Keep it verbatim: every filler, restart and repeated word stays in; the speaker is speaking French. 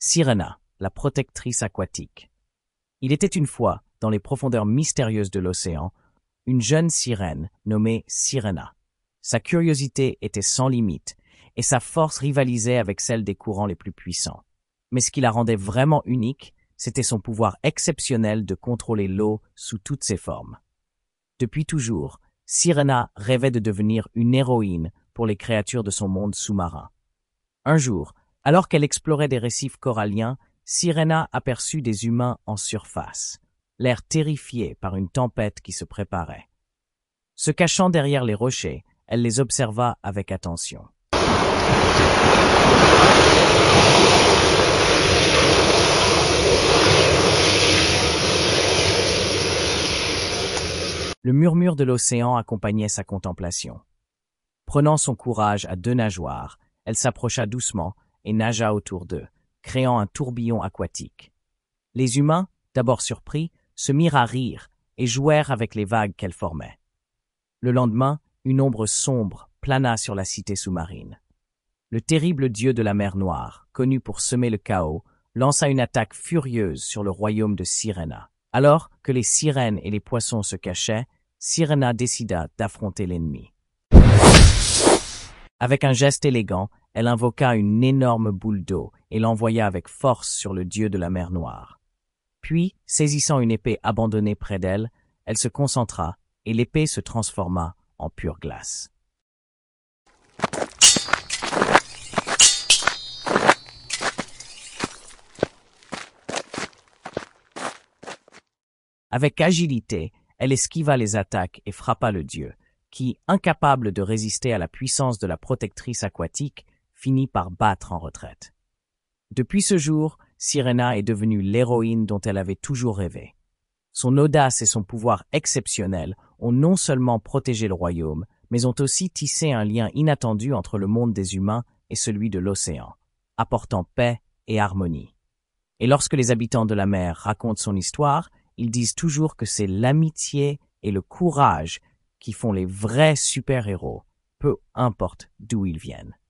Sirena, la protectrice aquatique. Il était une fois, dans les profondeurs mystérieuses de l'océan, une jeune sirène nommée Sirena. Sa curiosité était sans limite, et sa force rivalisait avec celle des courants les plus puissants. Mais ce qui la rendait vraiment unique, c'était son pouvoir exceptionnel de contrôler l'eau sous toutes ses formes. Depuis toujours, Sirena rêvait de devenir une héroïne pour les créatures de son monde sous-marin. Un jour, alors qu'elle explorait des récifs coralliens, Sirena aperçut des humains en surface, l'air terrifiés par une tempête qui se préparait. Se cachant derrière les rochers, elle les observa avec attention. Le murmure de l'océan accompagnait sa contemplation. Prenant son courage à deux nageoires, elle s'approcha doucement et nagea autour d'eux, créant un tourbillon aquatique. Les humains, d'abord surpris, se mirent à rire et jouèrent avec les vagues qu'elle formait. Le lendemain, une ombre sombre plana sur la cité sous-marine. Le terrible dieu de la mer Noire, connu pour semer le chaos, lança une attaque furieuse sur le royaume de Sirena. Alors que les sirènes et les poissons se cachaient, Sirena décida d'affronter l'ennemi. Avec un geste élégant, elle invoqua une énorme boule d'eau et l'envoya avec force sur le dieu de la mer Noire. Puis, saisissant une épée abandonnée près d'elle, elle se concentra et l'épée se transforma en pure glace. Avec agilité, elle esquiva les attaques et frappa le dieu, qui, incapable de résister à la puissance de la protectrice aquatique, finit par battre en retraite. Depuis ce jour, Sirena est devenue l'héroïne dont elle avait toujours rêvé. Son audace et son pouvoir exceptionnel ont non seulement protégé le royaume, mais ont aussi tissé un lien inattendu entre le monde des humains et celui de l'océan, apportant paix et harmonie. Et lorsque les habitants de la mer racontent son histoire, ils disent toujours que c'est l'amitié et le courage qui font les vrais super-héros, peu importe d'où ils viennent.